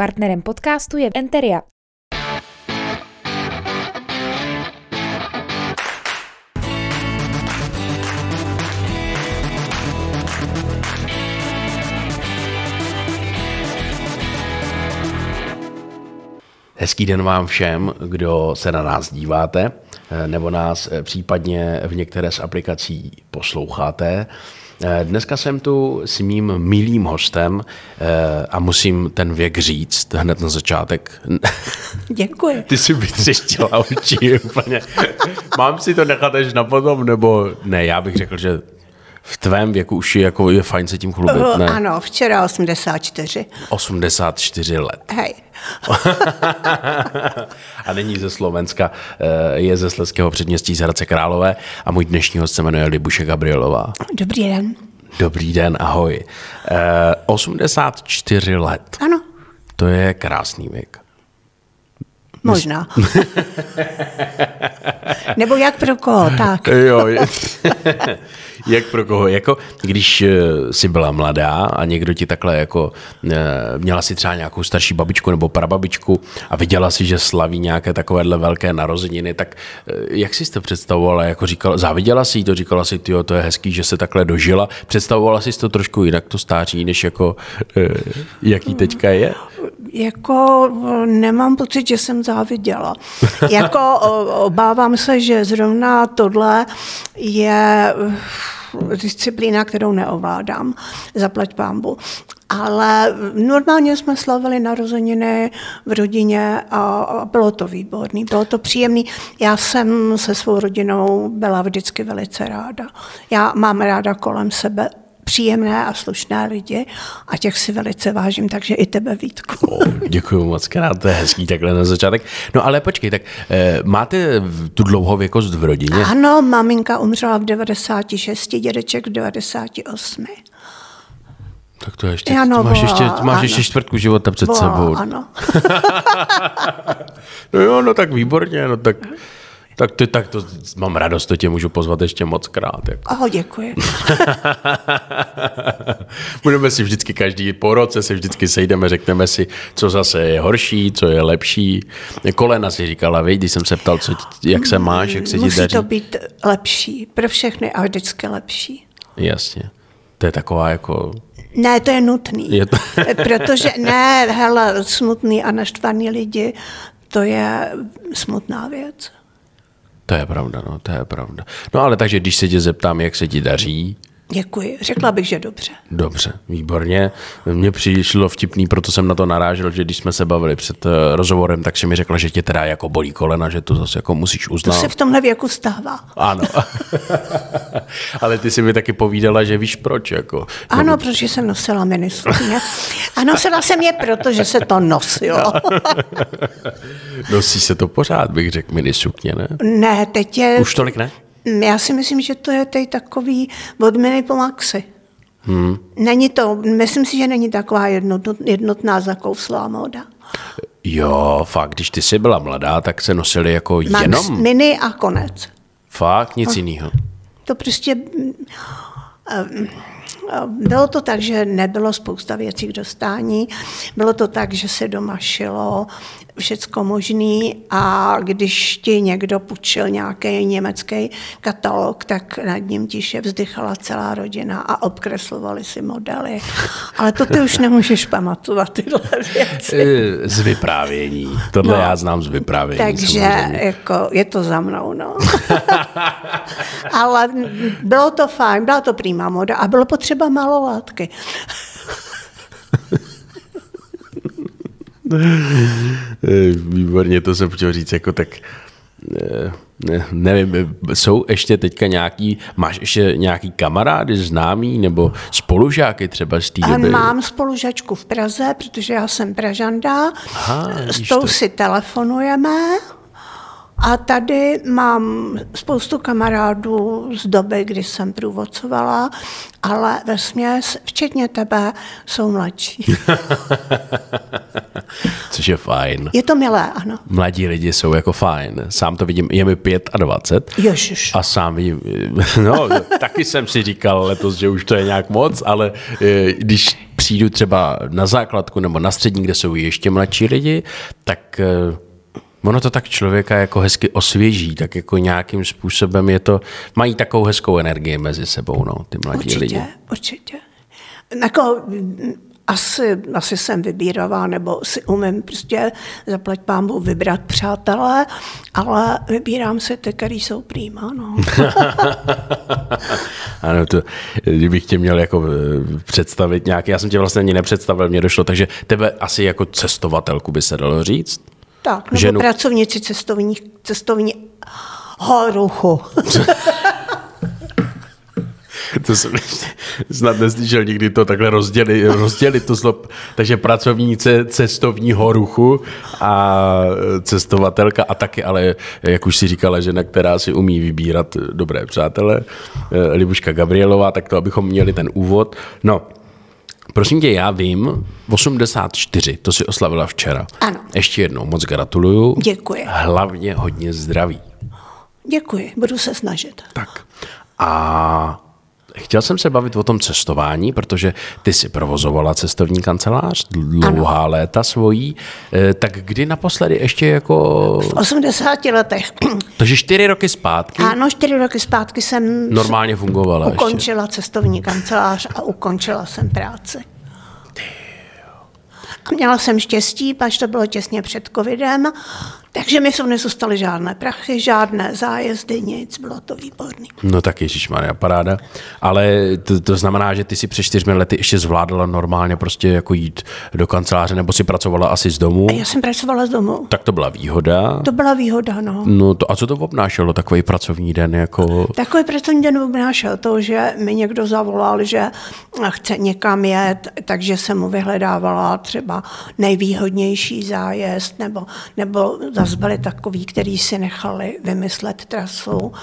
Partnerem podcastu je Enteria. Hezký den vám všem, kdo se na nás díváte, nebo nás případně v některé z aplikací posloucháte. Dneska jsem tu s mým milým hostem a musím ten věk říct hned na začátek. Děkuji. Ty si vytřeštila oči úplně. Mám si to nechat až na potom, nebo ne? Já bych řekl, že v tvém věku už je fajn se tím chlubit, ne? Ano, včera 84. 84 let. Hej. A není ze Slovenska, je ze Slezského předměstí z Hradce Králové a můj dnešní host se jmenuje Libuše Gabrielová. Dobrý den. Dobrý den, ahoj. 84 let. Ano. To je krásný věk. Možná. Nebo jak pro koho, tak. Jo, jak pro koho? Jako když jsi byla mladá a někdo ti takhle jako měla si třeba nějakou starší babičku nebo prababičku a viděla si, že slaví nějaké takovéhle velké narozeniny, tak jak jsi to představovala? Jako záviděla si jí to, říkala si, tyjo, to je hezký, že se takhle dožila. Představovala jsi to trošku jinak, to stáří, než jako jaký teďka je? Jako nemám pocit, že jsem záviděla. Jako obávám se, že zrovna tohle je disciplína, kterou neovládám, zaplať pánbu. Ale normálně jsme slavili narozeniny v rodině a bylo to výborný, bylo to příjemný. Já jsem se svou rodinou byla vždycky velice ráda. Já mám ráda kolem sebe příjemné a slušné lidi a těch si velice vážím, takže i tebe, Vítku. Děkuju moc krát, to je hezký takhle na začátek. No ale počkej, tak máte tu dlouhověkost v rodině? Ano, maminka umřela v 96, dědeček v 98. Tak to ještě, máš ještě čtvrtku života před sebou. Ano. No jo, no tak výborně, no tak... Tak to mám radost, to tě můžu pozvat ještě moc krát. Jako. Děkuji. Budeme si vždycky po roce se vždycky sejdeme, řekneme si, co zase je horší, co je lepší. Kolena si říkala, když jsem se ptal, jak se máš, jak se ti daří. Musí to být lepší, pro všechny a vždycky lepší. Jasně. To je taková jako... Ne, to je nutný. Je to... Protože smutný a naštvaný lidi, to je smutná věc. To je pravda, no, to je pravda. No ale takže, když se tě zeptám, jak se ti daří? Děkuji, řekla bych, že dobře. Dobře, výborně. Mně přišlo vtipný, proto jsem na to narážel, že když jsme se bavili před rozhovorem, tak si mi řekla, že tě teda jako bolí kolena, že to zase jako musíš uznat. To se v tomhle věku stává. Ano. Ale ty si mi taky povídala, že víš proč. Jako. Ano, protože jsem nosila minisukně. A nosila jsem je proto, že se to nosilo. Nosí se to pořád, bych řekl, minisukně, ne? Ne, teď je... Už tolik ne? Já si myslím, že to je teď takový od mini po maxi. Není to, myslím si, že není taková jednotná zakouslá móda. Jo, fakt, když ty jsi byla mladá, tak se nosily jako Max, jenom... mini a konec. Fakt, nic jiného. To prostě... Bylo to tak, že nebylo spousta věcí k dostání, bylo to tak, že se doma šilo všecko možný a když ti někdo půjčil nějaký německý katalog, tak nad ním tiše vzdychala celá rodina a obkreslovali si modely. Ale to ty už nemůžeš pamatovat, tyhle věci. Z vyprávění. Tohle já znám z vyprávění. Takže jako, je to za mnou, no. Ale bylo to fajn, byla to prima moda a bylo potřeba malolátky. Výborně, to jsem chtěl říct, jako tak nevím, jsou ještě teďka máš ještě nějaký kamarády, známý nebo spolužáky třeba z té doby? Mám spolužačku v Praze, protože já jsem Pražanda, s tou si telefonujeme. A tady mám spoustu kamarádů z doby, kdy jsem průvodcovala, ale vesměs, včetně tebe, jsou mladší. Což je fajn. Je to milé, ano. Mladí lidi jsou jako fajn. Sám to vidím, je mi 25. Ježiš. A sám vidím, taky jsem si říkal letos, že už to je nějak moc, ale když přijdu třeba na základku nebo na střední, kde jsou ještě mladší lidi, tak ono to tak člověka jako hezky osvěží, tak jako nějakým způsobem mají takovou hezkou energii mezi sebou, no, ty mladí lidi. Určitě. Jako, asi jsem vybíravá, nebo si umím prostě zaplať pánbu vybrat přátelé, ale vybírám si ty, který jsou prýma, no. Ano, to, kdybych tě měl jako představit nějaký, já jsem tě vlastně ani nepředstavil, mně došlo, takže tebe asi jako cestovatelku by se dalo říct? Tak, nebo ženu. Pracovníci cestovní ruchu. To jsem snad neslyšel nikdy to takhle rozdělit to slovo. Takže pracovníci cestovního ruchu a cestovatelka a taky, ale jak už si říkala, žena, která si umí vybírat dobré přátele, Libuška Gabrielová, tak to, abychom měli ten úvod. No, prosím tě, já vím, 84, to si oslavila včera. Ano. Ještě jednou moc gratuluju. Děkuji. Hlavně hodně zdraví. Děkuji, budu se snažit. Tak a chtěl jsem se bavit o tom cestování, protože ty jsi provozovala cestovní kancelář dlouhá léta svojí, tak kdy naposledy ještě jako... V 80 letech. Takže 4 roky zpátky? Ano, 4 roky zpátky jsem normálně fungovala ukončila cestovní kancelář a ukončila jsem práci. A měla jsem štěstí, pač to bylo těsně před covidem, takže mi jsou nezůstaly žádné prachy, žádné zájezdy, nic, bylo to výborný. No tak ježišmarja, paráda. Ale to znamená, že ty si před 4 lety ještě zvládala normálně prostě jako jít do kanceláře, nebo si pracovala asi z domu? Já jsem pracovala z domu. Tak to byla výhoda. To byla výhoda, no. No to, a co to obnášelo, takový pracovní den? Jako... Takový pracovní den obnášel to, že mi někdo zavolal, že chce někam jet, takže jsem mu vyhledávala třeba nejvýhodnější zájezd, nebo zase byli takový, kteří si nechali vymyslet trasu,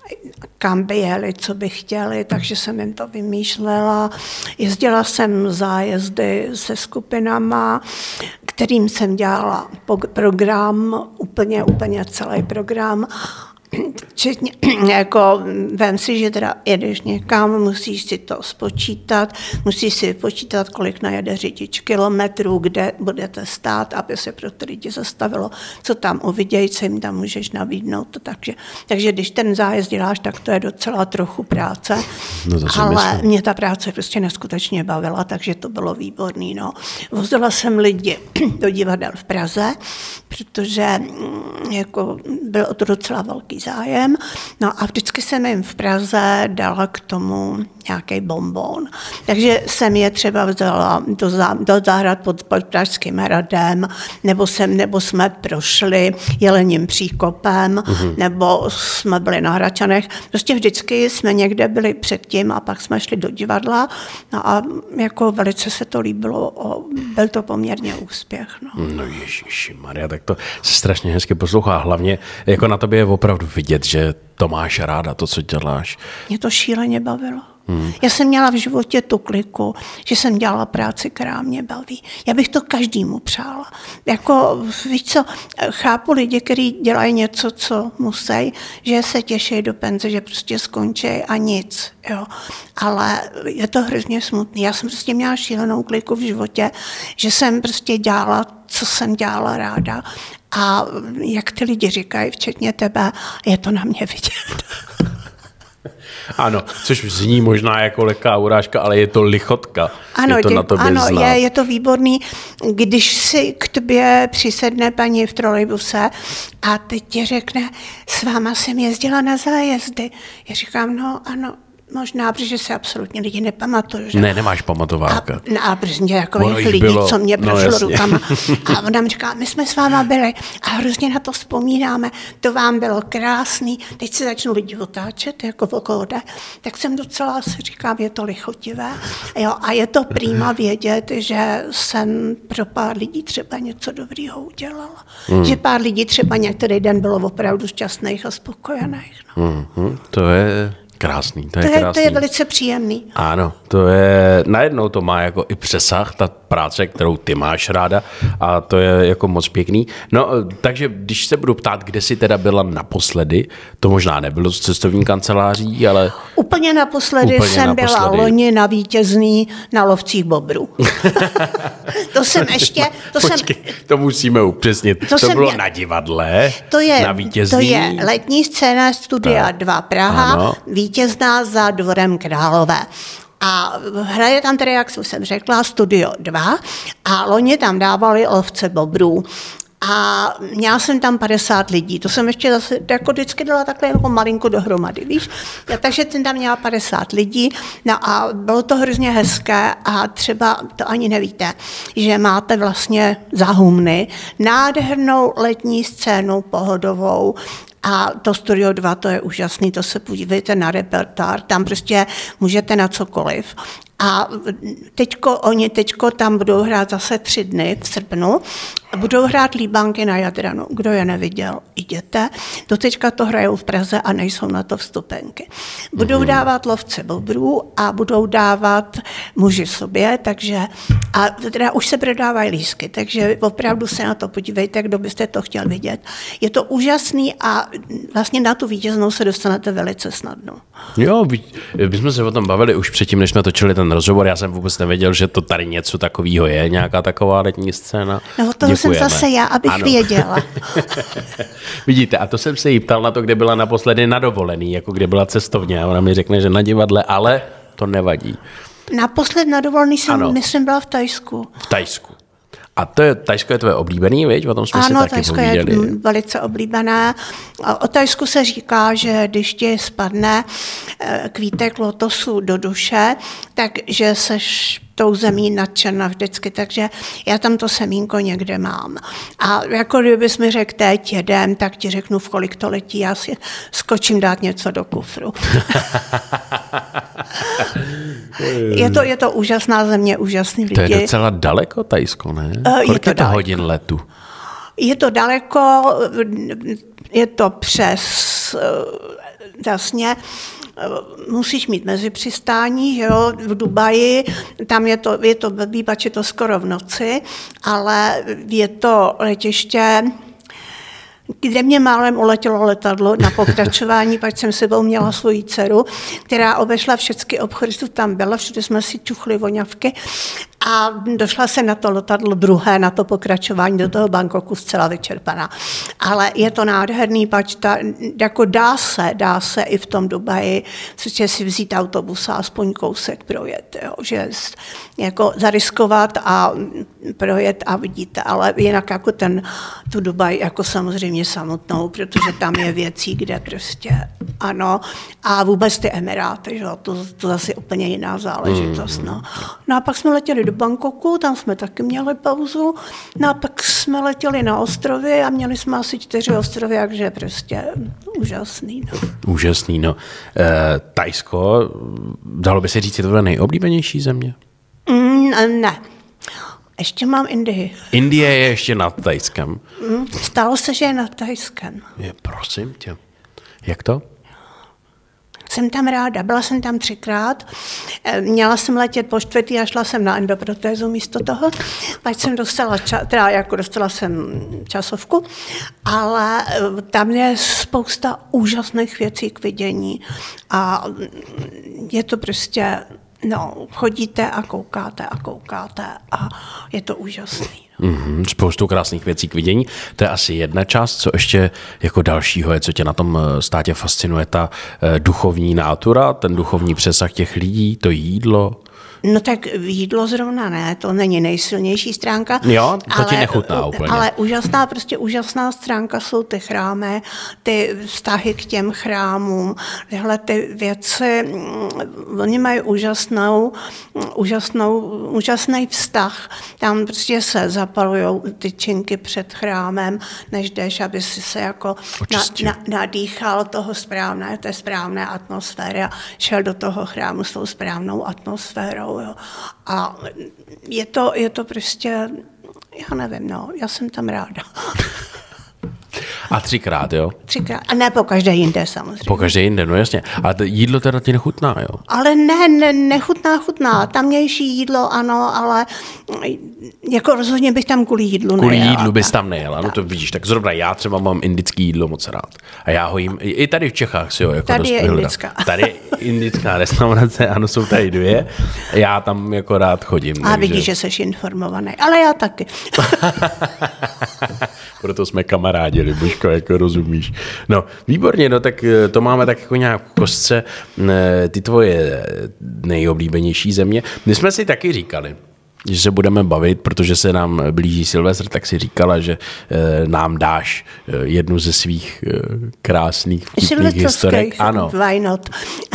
kam by jeli, co by chtěli, takže jsem jim to vymýšlela. Jezdila jsem zájezdy se skupinama, kterým jsem dělala program, úplně celý program. Včetně, jako vem si, že teda jedeš někam, musíš si to spočítat, musíš si počítat, kolik najede řidič kilometrů, kde budete stát, aby se pro ty lidi zastavilo, co tam uvidějí, co jim tam můžeš nabídnout. Takže když ten zájezd děláš, tak to je docela trochu práce, no ale mě ta práce prostě neskutečně bavila, takže to bylo výborný. No. Vozila jsem lidi do divadel v Praze, protože jako bylo to docela velký zájem. No a vždycky jsem jim v Praze dala k tomu nějaký bonbon. Takže jsem je třeba vzala do zahrad pod Pražským hradem, nebo jsme prošli Jelením příkopem, nebo jsme byli na Hradčanech. Prostě vždycky jsme někde byli předtím a pak jsme šli do divadla. No a jako velice se to líbilo, byl to poměrně úspěch. No ježišimarja, tak to se strašně hezky poslouchá. Hlavně jako na tobě je opravdu vidět, že to máš ráda, to, co děláš. Mě to šíleně bavilo. Já jsem měla v životě tu kliku, že jsem dělala práci, která mě baví. Já bych to každému přála. Jako, víš co, chápu lidi, kteří dělají něco, co musí, že se těší do penze, že prostě skončí a nic. Jo. Ale je to hrozně smutný. Já jsem prostě měla šílenou kliku v životě, že jsem prostě dělala, co jsem dělala ráda. A jak ty lidi říkají, včetně tebe, je to na mě vidět. Ano, což zní možná jako lehká urážka, ale je to lichotka. Ano, je to na tobě ano, znát. je to výborný, když si k tobě přisedne paní v trolejbuse a teď ti řekne, s váma jsem jezdila na zájezdy. Já říkám, no ano, možná, protože se absolutně lidi nepamatují. Že? Ne, nemáš pamatováka. A prostě takových lidí, co mě prošlo rukama. A ona mi říká, my jsme s váma byli a hrozně na to vzpomínáme, to vám bylo krásný, teď se začnou lidi otáčet, jako okolo jde. Tak jsem docela si říkám, je to lichotivé. Jo, a je to prýma vědět, že jsem pro pár lidí třeba něco dobrýho udělala. Že pár lidí třeba některý den bylo opravdu šťastných a spokojených. No. To je... Krásný, to je krásný. To je velice příjemný. Ano, to je, najednou to má jako i přesah, ta práce, kterou ty máš ráda a to je jako moc pěkný. No, takže když se budu ptát, kde jsi teda byla naposledy, to možná nebylo z cestovní kanceláří, ale... Úplně naposledy jsem byla loni na Vítězný na lovcích bobrů. To jsem ještě... To musíme upřesnit. To bylo na divadle, na Vítězný. To je letní scéna Studia 2 Praha, ano. Vítězná za Dvorem Králové. A hraje tam tedy, jak jsem řekla, Studio 2 a loni tam dávali Lovce bobrů. A měla jsem tam 50 lidí, to jsem ještě zase jako vždycky dala takhle jako malinko dohromady, víš. Takže jsem tam měla 50 lidí, no a bylo to hrozně hezké a třeba to ani nevíte, že máte vlastně za Humny nádhernou letní scénu pohodovou. A to Studio 2, to je úžasný, to se podívejte na repertoár, tam prostě můžete na cokoliv. A oni teďko tam budou hrát zase 3 dny v srpnu. Budou hrát Líbánky na Jadranu. Kdo je neviděl, jděte. Doteďka to hrajou v Praze a nejsou na to vstupenky. Budou dávat Lovce bobrů a budou dávat Muži sobě, takže a teda už se prodávají lístky, takže opravdu se na to podívejte, kdo byste to chtěl vidět. Je to úžasný a vlastně na tu Vítěznou se dostanete velice snadno. Jo, my jsme se o tom bavili už předtím, než jsme točili ten rozhovor. Já jsem vůbec nevěděl, že to tady něco takového je, nějaká taková letní scéna. No to jsem zase já, abych věděla. Vidíte, a to jsem se jí ptal na to, kde byla naposledy na dovolený, jako kde byla cestovně. A ona mi řekne, že na divadle, ale to nevadí. Naposled na dovolený jsem, myslím, byla v Thajsku. V Thajsku. A Thajsko je tvoje oblíbený, viď? O tom jsme si taky Thajsko povídali. Je velice oblíbené. O Thajsku se říká, že když ti spadne kvítek lotosu do duše, takže seš tou zemí nadšená vždycky, takže já tam to semínko někde mám. A jako kdybys mi řekl, teď jedem, tak ti řeknu, v kolik to letí, já si skočím dát něco do kufru. Je to úžasná země, úžasný lidi. To je docela daleko, Thajsko, ne? Kolik je to hodin letu? Je to daleko, je to přes vlastně musíš mít mezipřistání, že jo, v Dubaji, tam je to blbý, pač je to skoro v noci, ale je to letiště, kde mě málem uletělo letadlo na pokračování, pak jsem sebou měla svoji dceru, která obešla všechny obchody, co tam byla, všude jsme si čuchli voňavky a došla se na to letadlo druhé, na to pokračování do toho Bangkoku zcela vyčerpaná. Ale je to nádherný, pač jako dá se i v tom Dubaji si vzít autobus a aspoň kousek projet, jo, že jako zariskovat a projet a vidíte, ale jinak jako tu Dubaj jako samozřejmě samotnou, protože tam je věcí, kde prostě ano a vůbec ty Emiráty, že? To zase úplně jiná záležitost. No a pak jsme letěli do Bangkoku, tam jsme taky měli pauzu, no a pak jsme letěli na ostrovy a měli jsme asi 4 ostrovy, takže prostě úžasný. No. Úžasný, no. Thajsko, dalo by se říct, je to nejoblíbenější země? Ne. Ještě mám Indii. Indie je ještě nad Thajskem. Stalo se, že je nad Thajskem. Prosím tě. Jak to? Jsem tam ráda. Byla jsem tam 3krát. Měla jsem letět po 4. a šla jsem na endoprotézu místo toho. Pak jsem dostala jsem časovku, ale tam je spousta úžasných věcí k vidění. A je to prostě... No, chodíte a koukáte a je to úžasný. Spoustu krásných věcí k vidění. To je asi jedna část, co ještě jako dalšího je, co tě na tom státě fascinuje, ta duchovní nátura, ten duchovní přesah těch lidí, to jídlo. No tak jídlo zrovna ne, to není nejsilnější stránka. Jo, to ti nechutná úplně. Ale úžasná stránka jsou ty chrámy, ty vztahy k těm chrámům, tyhle ty věci, oni mají úžasný vztah. Tam prostě se zapalujou tyčinky před chrámem, než jdeš, aby si se jako nadýchal té správné atmosféry a šel do toho chrámu s tou správnou atmosférou. Jo. A je to prostě, já nevím, já jsem tam ráda. A 3krát, jo? 3krát. A ne po každé jinde samozřejmě. Po každé jinde, no jasně. A jídlo teda ti nechutná, jo? Ale nechutná. Tamnější jídlo, ano, ale jako rozhodně bych tam kvůli jídlu nejela. Kvůli jídlu bys tam nejela, no to vidíš. Tak zrovna já třeba mám indický jídlo moc rád. A já ho jím, i tady v Čechách si ho jako tady dost je vyhledám. indická. Tady je indická restaurace, ano, jsou tady 2. Já tam jako rád chodím. A vidíš, že jsi informovaný, ale já taky. Proto jsme kamarádi, Libuško, jako rozumíš. No, výborně, no tak to máme tak jako nějak v kostce ty tvoje nejoblíbenější země. My jsme si taky říkali, že se budeme bavit, protože se nám blíží Silvestr, tak si říkala, že nám dáš jednu ze svých krásných vtipných historek. Ano. Why not?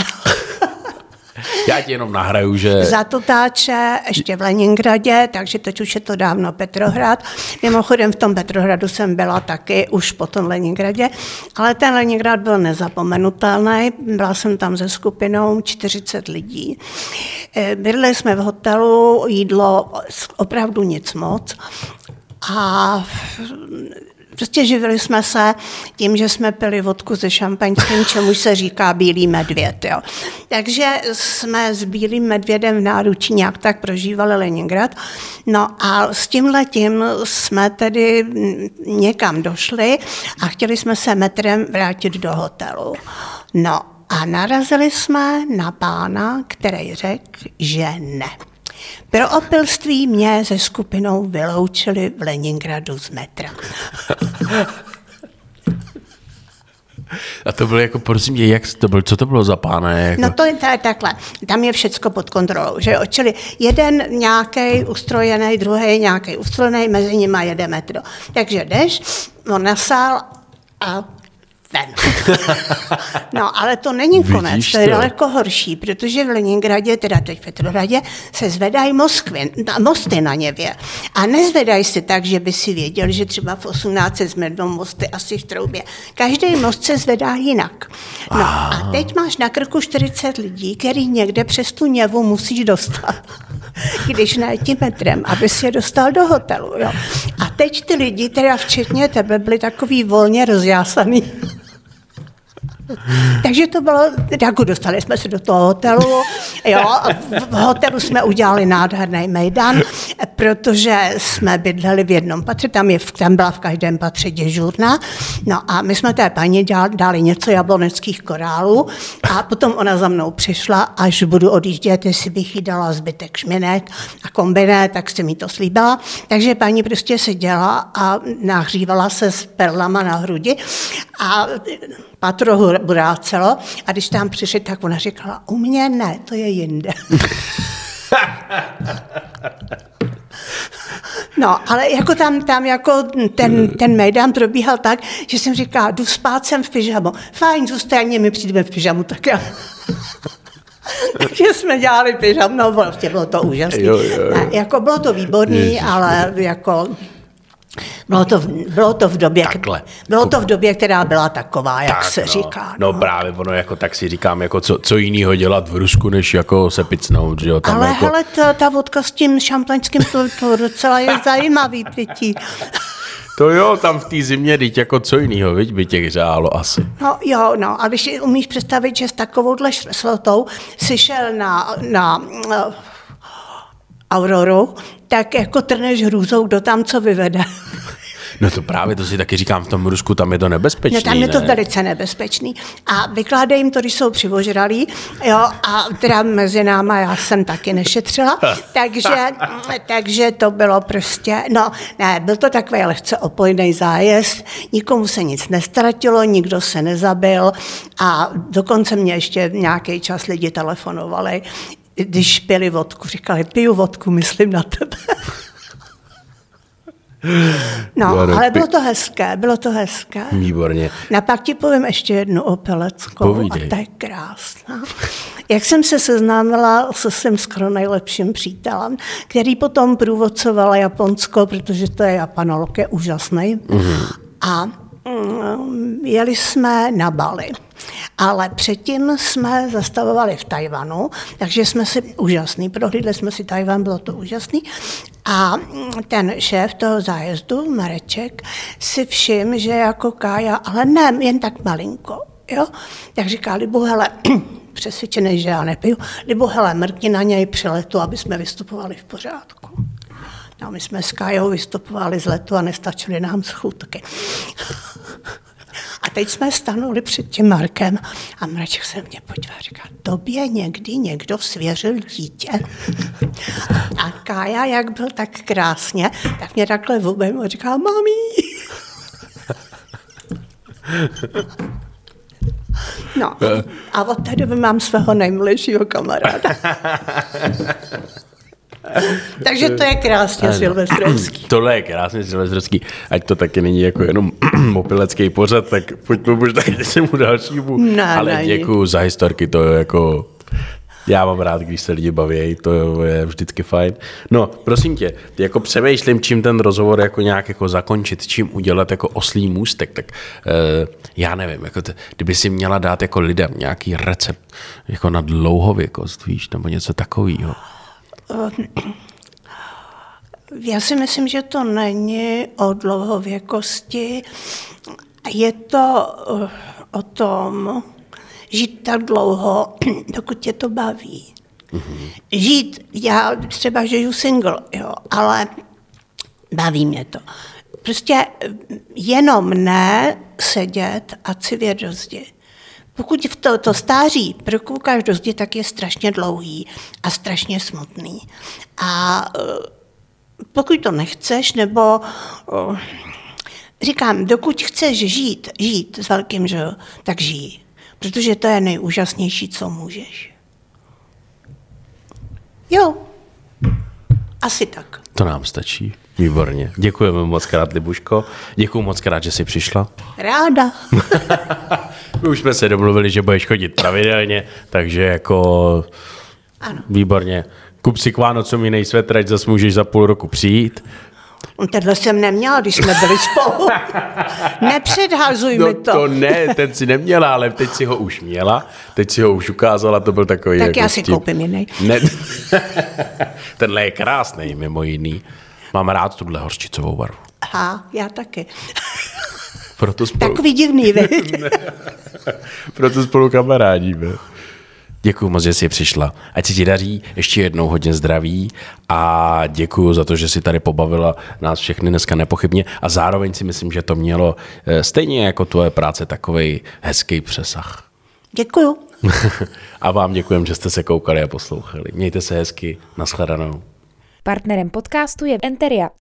Já ti jenom nahraju, že... Za Tutáče ještě v Leningradě, takže teď už je to dávno Petrohrad. Mimochodem v tom Petrohradu jsem byla taky už po tom Leningradě, ale ten Leningrad byl nezapomenutelný. Byla jsem tam se skupinou 40 lidí. Bydleli jsme v hotelu, jídlo opravdu nic moc. A prostě živili jsme se tím, že jsme pili vodku se šampaňským, čemuž se říká bílý medvěd. Jo. Takže jsme s bílým medvědem v náručí nějak tak prožívali Leningrad. No a s tímhletím jsme tedy někam došli a chtěli jsme se metrem vrátit do hotelu. No a narazili jsme na pána, který řekl, že ne. Pro opilství mě se skupinou vyloučili v Leningradu z metra. A to bylo jako, prosím tě, jak to bylo, co to bylo za pána? Jako... No to je takhle, tam je všecko pod kontrolou, že jo? Čili jeden nějaký ustrojený, druhý nějaký ustrojený, mezi nimi jede metro. Takže jdeš, on nasál a ven. No, ale to není konec, Vidíš to je to? daleko horší, protože v Leningradě, teda teď v Petrohradě, se zvedají mosty na Něvě. A nezvedají se tak, že by si věděl, že třeba v 18 se zvednou mosty asi v Troubě. Každý most se zvedá jinak. No a teď máš na krku 40 lidí, který někde přes tu Něvu musíš dostat. Když ne tím metrem, aby si je dostal do hotelu. Jo. A teď ty lidi, teda včetně tebe, byli takový volně rozjásaný. Takže to bylo, jako dostali jsme se do toho hotelu, jo, a v hotelu jsme udělali nádherný mejdan, protože jsme bydleli v jednom patře, tam byla v každém patře děžurna, no a my jsme té paní dali něco jabloneckých korálů a potom ona za mnou přišla, až budu odjíždět, jestli bych jí dala zbytek šminek a kombiné, tak si mi to slíbila, takže paní prostě seděla a nahřívala se s perlama na hrudi a patro burácelo a když tam přišli, tak ona říkala, u mě ne, to je jinde. No, ale jako tam jako ten mejdan probíhal tak, že jsem říkala, jdu spát, jsem v pyžamu. Fajn, zůstaňme, my přijdeme v pyžamu, tak já. Takže jsme dělali pyžam, no vlastně bylo to úžasné. Jako bylo to výborný, ale jako... Bylo to v době, která byla taková, jak tak, se říká. No právě, ono jako tak si říkám, jako co jinýho dělat v Rusku, než jako se picnout, že jo? Tam ale jako... hele, ta vodka s tím šampaňským, to docela je zajímavý pití. To jo, tam v té zimě, teď jako co jinýho, viď, by tě hřálo asi. No jo, no, a když umíš představit, že s takovouhle slotou si šel na Auroru, tak jako trneš hrůzou, kdo tam co vyvede. No to právě, to si taky říkám, v tom Rusku, tam je to nebezpečný, no tam je to velice nebezpečný. A vykládají jim to, když jsou přivožralí, jo, a teda mezi náma já jsem taky nešetřila, takže to bylo prostě, no ne, byl to takový lehce opojný zájezd, nikomu se nic nestratilo, nikdo se nezabil a dokonce mě ještě nějaký čas lidi telefonovali, když pili vodku, říkali, piju vodku, myslím na tebe. No, ale bylo to hezké. Výborně. A pak ti povím ještě jednu opeleckou. Povídej. A ta je krásná. Jak jsem se seznámila se svým skoro nejlepším přítelem, který potom průvodcoval Japonsko, protože to je Japanolog, je úžasný. Mm-hmm. A jeli jsme na Bali. Ale předtím jsme zastavovali v Tajvanu, takže jsme si úžasný, prohlídli jsme si Tajvan, bylo to úžasný. A ten šéf toho zájezdu, Mareček, si všiml, že jako Kája, ale ne, jen tak malinko, jo? Tak říká Libu, hele, přesvědčený, že já nepiju, Libu, hele, mrkni na něj při letu, aby jsme vystupovali v pořádku. No, my jsme s Kájou vystupovali z letu a nestačily nám schůdky. A teď jsme stanuli před tím Markem a Mareček se mě podíval a říká, tobě někdy někdo svěřil dítě? A Kája, jak byl tak krásně, tak mě takhle v obejmu a říká, mami. No a od té doby mám svého nejmilejšího kamaráda. Takže to je krásně silvestrovský. Tohle je krásně silvestrovský. Ať to taky není jako jenom mopilecký pořad, tak pojďme možná k něčemu dalšímu. Ale děkuju za historky, to je jako... Já mám rád, když se lidi baví, to je vždycky fajn. No, prosím tě, jako přemýšlím, čím ten rozhovor jako nějak jako zakončit, čím udělat jako oslý můstek, tak já nevím, jako kdyby si měla dát jako lidem nějaký recept jako na dlouhověkost, víš, nebo něco takového. Já si myslím, že to není o dlouhověkosti, je to o tom žít tak dlouho, dokud tě to baví. Mm-hmm. Žít, já třeba žiju single, jo, ale baví mě to. Prostě jenom ne sedět a civět do zdi. Pokud v to stáří prokoukáš do zdi, tak je strašně dlouhý a strašně smutný. A pokud to nechceš, nebo říkám, dokud chceš žít s velkým Ž, tak žij. Protože to je nejúžasnější, co můžeš. Jo, asi tak. To nám stačí. Výborně. Děkujeme moc krát, Libuško. Děkuju moc krát, že jsi přišla. Ráda. My už jsme se domluvili, že budeš chodit pravidelně, takže jako ano. Výborně. Kup si k Vánocům jiný svetr, ať zase můžeš za půl roku přijít. Tenhle jsem neměla, když jsme byli spolu. Nepředhazuj mi to. To ne, ten si neměla, ale teď si ho už měla. Teď si ho už ukázala, to byl takový... Tak jako já si koupím jiný. Ne, tenhle je krásný, mimo jiný. Mám rád tuhle hořčicovou barvu. Aha, já taky. Proto spolu... Takový divný, viď? Proto spolu kamarádíme. Děkuju moc, že jsi přišla. Ať se ti daří, ještě jednou hodně zdraví a děkuju za to, že jsi tady pobavila nás všechny dneska nepochybně a zároveň si myslím, že to mělo stejně jako tvoje práce takovej hezký přesah. Děkuju. A vám děkujem, že jste se koukali a poslouchali. Mějte se hezky, nashledanou. Partnerem podcastu je Enteria.